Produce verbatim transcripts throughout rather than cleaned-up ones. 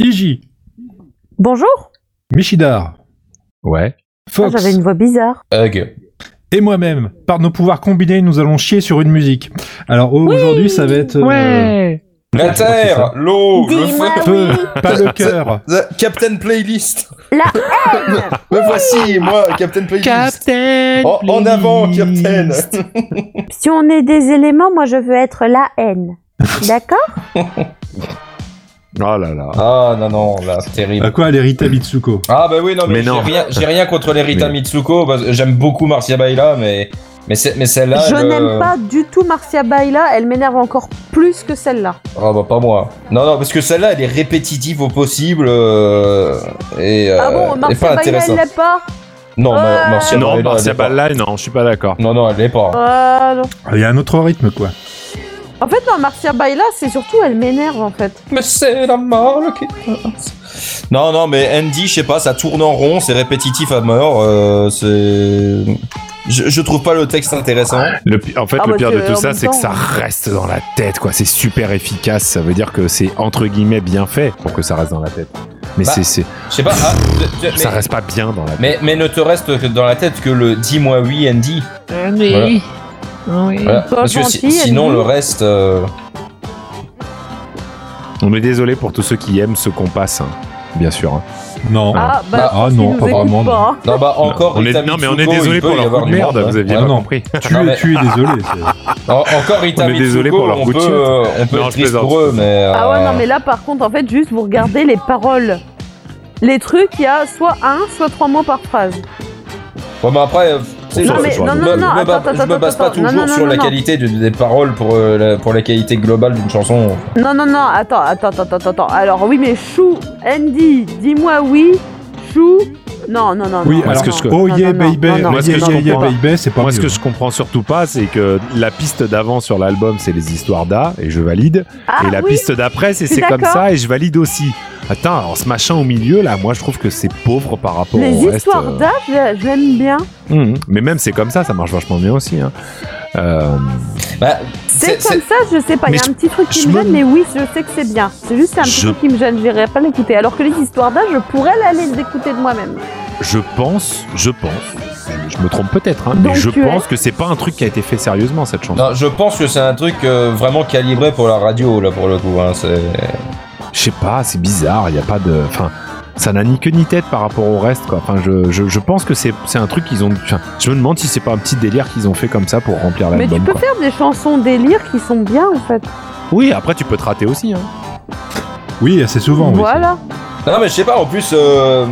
Iji. Bonjour. Michidar. Ouais. Fox. Ah, j'avais une voix bizarre. Hug. Et moi-même. Par nos pouvoirs combinés, nous allons chier sur une musique. Alors aujourd'hui, ça va être... euh, Ouais. La terre, l'eau, le Dis-moi feu. oui. Pas le cœur. The Captain Playlist. La haine. Me voici, moi, Captain Playlist. Captain. En, en avant, Captain. Si on est des éléments, moi je veux être la haine. D'accord? Oh là là. Ah non, non, là, c'est terrible. À quoi les Rita Mitsuko? Ah bah oui, non, mais, Mais j'ai, non. Rien, j'ai rien contre les Rita Mais- Mitsuko, parce que j'aime beaucoup Marcia Baila, mais, mais, c'est, mais celle-là... Je elle, n'aime euh, pas du tout Marcia Baila, elle m'énerve encore plus que celle-là. Ah bah pas moi. Non, non, parce que celle-là, elle est répétitive au possible, euh, et, euh, ah bon, et Marcia pas Baila, elle intéressante. l'est pas? Non, Ouais. Ma- Marcia Non, Baila, elle Marcia l'est pas. Balla, non, je suis pas d'accord. Non, non, elle l'est pas. Ah non. Il y a un autre rythme, quoi. En fait, non, Marcia Baila, c'est surtout, elle m'énerve en fait. Mais c'est la mort qui passe. Non, non, mais Andy, je sais pas, ça tourne en rond, c'est répétitif à mort, euh, c'est... Je, je trouve pas le texte intéressant. Le pi- en fait, Ah le bah, pire de c'est- tout en ça, même c'est que temps, ça hein. reste dans la tête, quoi. C'est super efficace. Ça veut dire que c'est entre guillemets bien fait pour que ça reste dans la tête. Mais Bah, c'est, c'est, Je sais pas, ah, de- de- ça mais, reste pas bien dans la tête. mais, mais ne te reste que dans la tête que le dis-moi oui, Andy. Voilà. Voilà. Pas Parce que si- gentil, sinon, Andy. le reste... euh, On est désolé pour tous ceux qui aiment ce qu'on passe, hein. Bien sûr. hein. Non. Ah, bah, Bah, ah s'ils non, nous pas écoutent vraiment, pas, hein. Non, bah encore on est, Rita non, mais on est Mitsuko, désolé il peut pour y leur avoir coup de du merde. monde, Vous hein. aviez Ah, pas non. compris. Tu, Non, es, mais- tu es désolé. c'est- En- encore Rita On est Mitsuko, désolé pour leur on coup de peut, chiotte. euh, on peut Non, être je triste plaisante. pour eux, mais... Ah ouais, euh, non, mais là, par contre, en fait, juste vous regardez les paroles. Les trucs, il y a soit un, soit trois mots par phrase. Ouais, mais après, euh, tu sais, Non, je- mais- je non, me- non, me- non, me attends, ba- attends, je me base attends, pas attends, non, toujours non, sur non, la non. qualité de- des paroles pour, euh, la, pour la qualité globale d'une chanson. Non, non, non, attends, attends, attends, attends, attends. Alors, oui, mais Chou, Andy, dis-moi oui, Chou. Non, non, non, Oui, non. alors, ce que je- oh non, yeah, non, baby, non, non, Moi, ce yeah, que je yeah, yeah, comprends baby, c'est pas Moi, ce mieux. que je comprends surtout pas, c'est que la piste d'avant sur l'album, c'est les histoires d'A, et je valide. Ah, et la oui. piste d'après, c'est je suis c'est comme d'accord. ça, et je valide aussi. Attends, alors ce machin au milieu, là, moi, je trouve que c'est pauvre par rapport Les au reste. histoires euh. d'âge, je, je l'aime bien. Mhm. Mais même c'est comme ça, ça marche vachement bien aussi. Hein. Euh, Bah, C'est c'est- comme ça, je sais pas. Il y Mais a je- un petit truc qui je me me- gêne, mais oui, je sais que c'est bien. C'est juste c'est un petit Je- truc qui me gêne, j'irai pas l'écouter. Alors que les histoires d'âge, je pourrais aller les écouter de moi-même. je pense, je pense, je, je me trompe peut-être, hein, mais Donc je tu es- pense que c'est pas un truc qui a été fait sérieusement cette chanson. Non, je pense que c'est un truc euh, vraiment calibré pour la radio, là, pour le coup. Hein, c'est... Je sais pas, c'est bizarre, il y a pas de, enfin, ça n'a ni queue ni tête par rapport au reste, quoi. Enfin, je, je, je pense que c'est, c'est un truc qu'ils ont. Enfin, je me demande si c'est pas un petit délire qu'ils ont fait comme ça pour remplir Mais tu l'album. peux quoi. faire des chansons délire qui sont bien, en fait. Oui, après tu peux te rater aussi. Hein. Oui, assez souvent. oui, Voilà. Non, mais je sais pas, en plus... euh,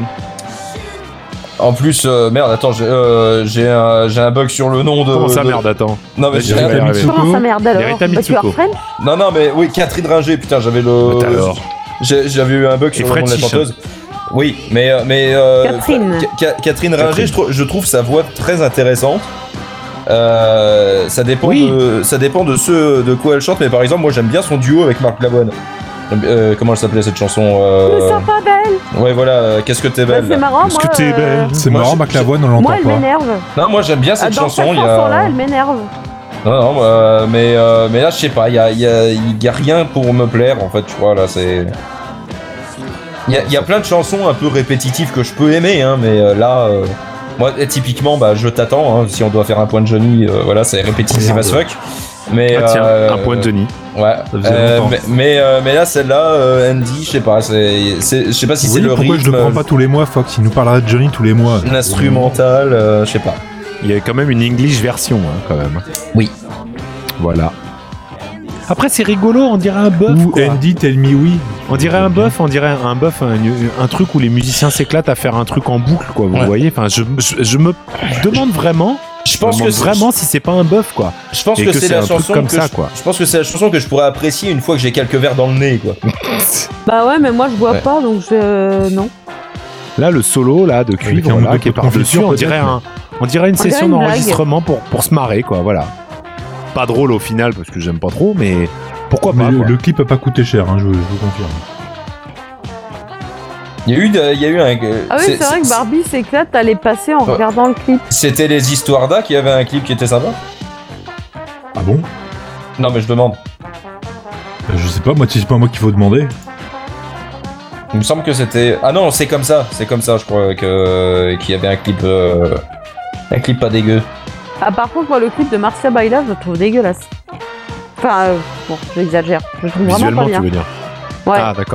En plus, euh, merde, attends, j'ai, euh, j'ai, un, j'ai un bug sur le nom de... Comment ça, de- merde, attends. Non, mais Vas-y, j'ai- je vais y arriver. Mitsuko. Comment ça merde alors Rita Bah, tu as Mitsuko. French. Non, non, mais oui, Catherine Ringer, putain, j'avais le... Bah, alors. J'ai- J'avais eu un bug sur Et le nom de la Fred chanteuse. Oui, mais... euh, mais euh, Catherine. Ca- Ca- Catherine Ringer, Catherine. je, trou- je trouve sa voix très intéressante. Euh, ça dépend Oui. de ça dépend de ce de quoi elle chante, mais par exemple moi j'aime bien son duo avec Marc Lavoine. Euh, comment elle s'appelait cette chanson euh... Ne sois pas belle. Ouais voilà, euh, qu'est-ce que t'es Bah, belle. c'est là. marrant, Est-ce moi. que t'es euh, belle C'est Moi, marrant, je- McLavoine, on l'entend Moi, elle pas. m'énerve. Non moi j'aime bien Ah, cette Dans chanson. cette Il y a... chanson-là, elle m'énerve. Non non euh, mais euh, mais là je sais pas, il y a il y a, il y a rien pour me plaire en fait, tu vois là c'est. Il y a, il y a plein de chansons un peu répétitives que je peux aimer hein, mais euh, là. Euh... Moi, eh, typiquement, bah, je t'attends. Hein, si on doit faire un point de Johnny, euh, voilà, c'est répétitif Merde. as fuck. Mais Ah tiens, euh, un point de Johnny. Ouais. Ça faisait Euh, longtemps. mais mais, euh, mais là, celle-là, euh, Andy, je sais pas, c'est, c'est, je sais pas si Oui, c'est le pourquoi rythme, je le prends pas tous les mois, Fox? Il nous parlera de Johnny tous les mois. l'instrumental, euh, je sais pas. Il y a quand même une English version, hein, quand même. Oui. Voilà. Après, c'est rigolo, on dirait un bœuf. Ou quoi. Andy, tell me oui. On dirait un bœuf, on dirait un bœuf, un, un truc où les musiciens s'éclatent à faire un truc en boucle, quoi. Vous Ouais. voyez, enfin, je, je, je me demande vraiment, Je je pense me que demande c'est- vraiment si c'est pas un bœuf, quoi. Je pense Et que, que c'est, c'est la un truc chanson comme que ça, je, quoi. je pense que c'est la chanson que je pourrais apprécier une fois que j'ai quelques verres dans le nez, quoi. Bah ouais, mais moi, je bois Ouais. pas, donc je. Non. Là, le solo, là, de cuivre, un là, bout de qui est confiture, par-dessus, on peut-être, dirait mais- un, on dirait une On dirait session une blague. d'enregistrement pour, pour se marrer, quoi, voilà. Pas drôle au final, parce que j'aime pas trop, mais pourquoi Mais pas, le, quoi. le clip a pas coûté cher, hein, je, vous- je vous confirme. Il y a eu, de- il y a eu un. euh, Ah oui, c'est, vrai que Barbie s'éclate à les passer en Ouais. regardant le clip. C'était les histoires d'A qui avaient un clip qui était sympa. Ah bon? Non, mais je demande. Euh, Je sais pas, moi, si c'est pas moi qu'il faut demander. Il me semble que c'était. Ah non, c'est comme ça, c'est comme ça, je crois que qu'il y avait un clip, euh... un clip pas dégueu. Ah, par contre, moi, le clip de Marcia Baila, je le trouve dégueulasse. Enfin, euh, bon, j'exagère. Je le trouve vraiment Visuellement, pas bien. tu veux dire. Ouais. Ah, d'accord.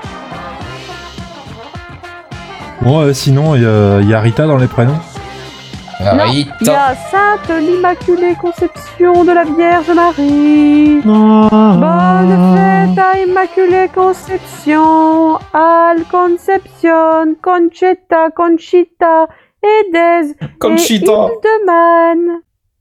Bon, euh, sinon, il y, a- il y a Rita dans les prénoms. Non, il y a Sainte l'Immaculée Conception de la Vierge Marie. Bonne fête à Immaculée Conception, Al Conception, Conchetta, Conchita, Edez Conchita. et Hildeman.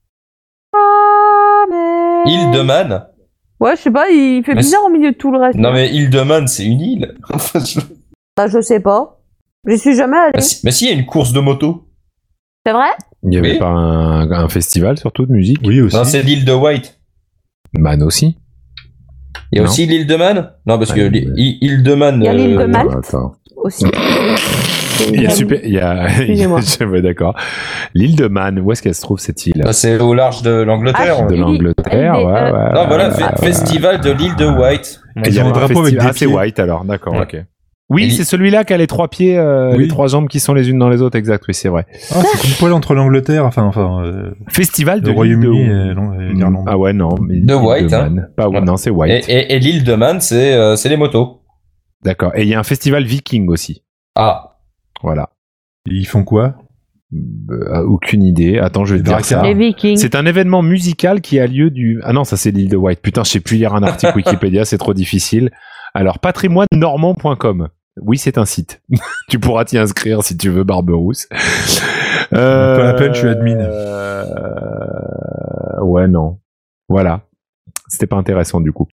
Amen. Hildeman. Ouais, je sais pas, il fait Mais bizarre au milieu de tout le reste. Non mais Hildeman, c'est une île. Enfin, je- Bah, je sais pas. J'y suis jamais allé. mais si, mais si, il y a une course de moto. C'est vrai? Il y avait Oui. pas un, un festival surtout de musique. Oui, aussi. Non, c'est l'île de White. Man aussi. Il y a Non. aussi l'île de Man. Non, parce que Ouais, l'île mais- île de Man. Il y a l'île de euh, Man. Non, attends. Aussi. Il y a super. Il y a. Excusez-moi. Je- ouais, d'accord. L'île de Man. Où est-ce qu'elle se trouve cette île? bah, c'est au large de l'Angleterre. Ah, De il- l'Angleterre, il- ouais, euh, ouais. Non, voilà, ouais, fe- ouais, festival de l'île de White. ouais. Ils Il y a ont un drapeau avec festival- des Ah, c'est pieds. White alors, d'accord, Ouais. ok. Oui, Et c'est il- celui-là qui a les trois pieds, euh, Oui. les trois jambes qui sont les unes dans les autres, exact, oui, c'est vrai. Ah, c'est une poil entre l'Angleterre, enfin, enfin, euh, Festival de le l'île de- Royaume-Uni et l'An- et l'Irlande. Ah ouais, non. Mais De l'île White, hein. Man. Pas, Voilà. Non, c'est Et, White. et, et l'île de Man, c'est euh, c'est les motos. D'accord. Et il y a un festival viking aussi. Ah. Voilà. Et ils font quoi? Euh, aucune idée. Attends, je vais Les te dire Drakkar. ça. Les Vikings. C'est un événement musical qui a lieu du... Ah non, ça c'est l'île de White. Putain, je sais plus lire un article Wikipédia, c'est trop difficile. Alors, patrimoine normand point com. Oui, c'est un site. Tu pourras t'y inscrire si tu veux, Barberousse. Euh... Pas la peine, je suis admin. euh, Ouais, non. Voilà. C'était pas intéressant du coup.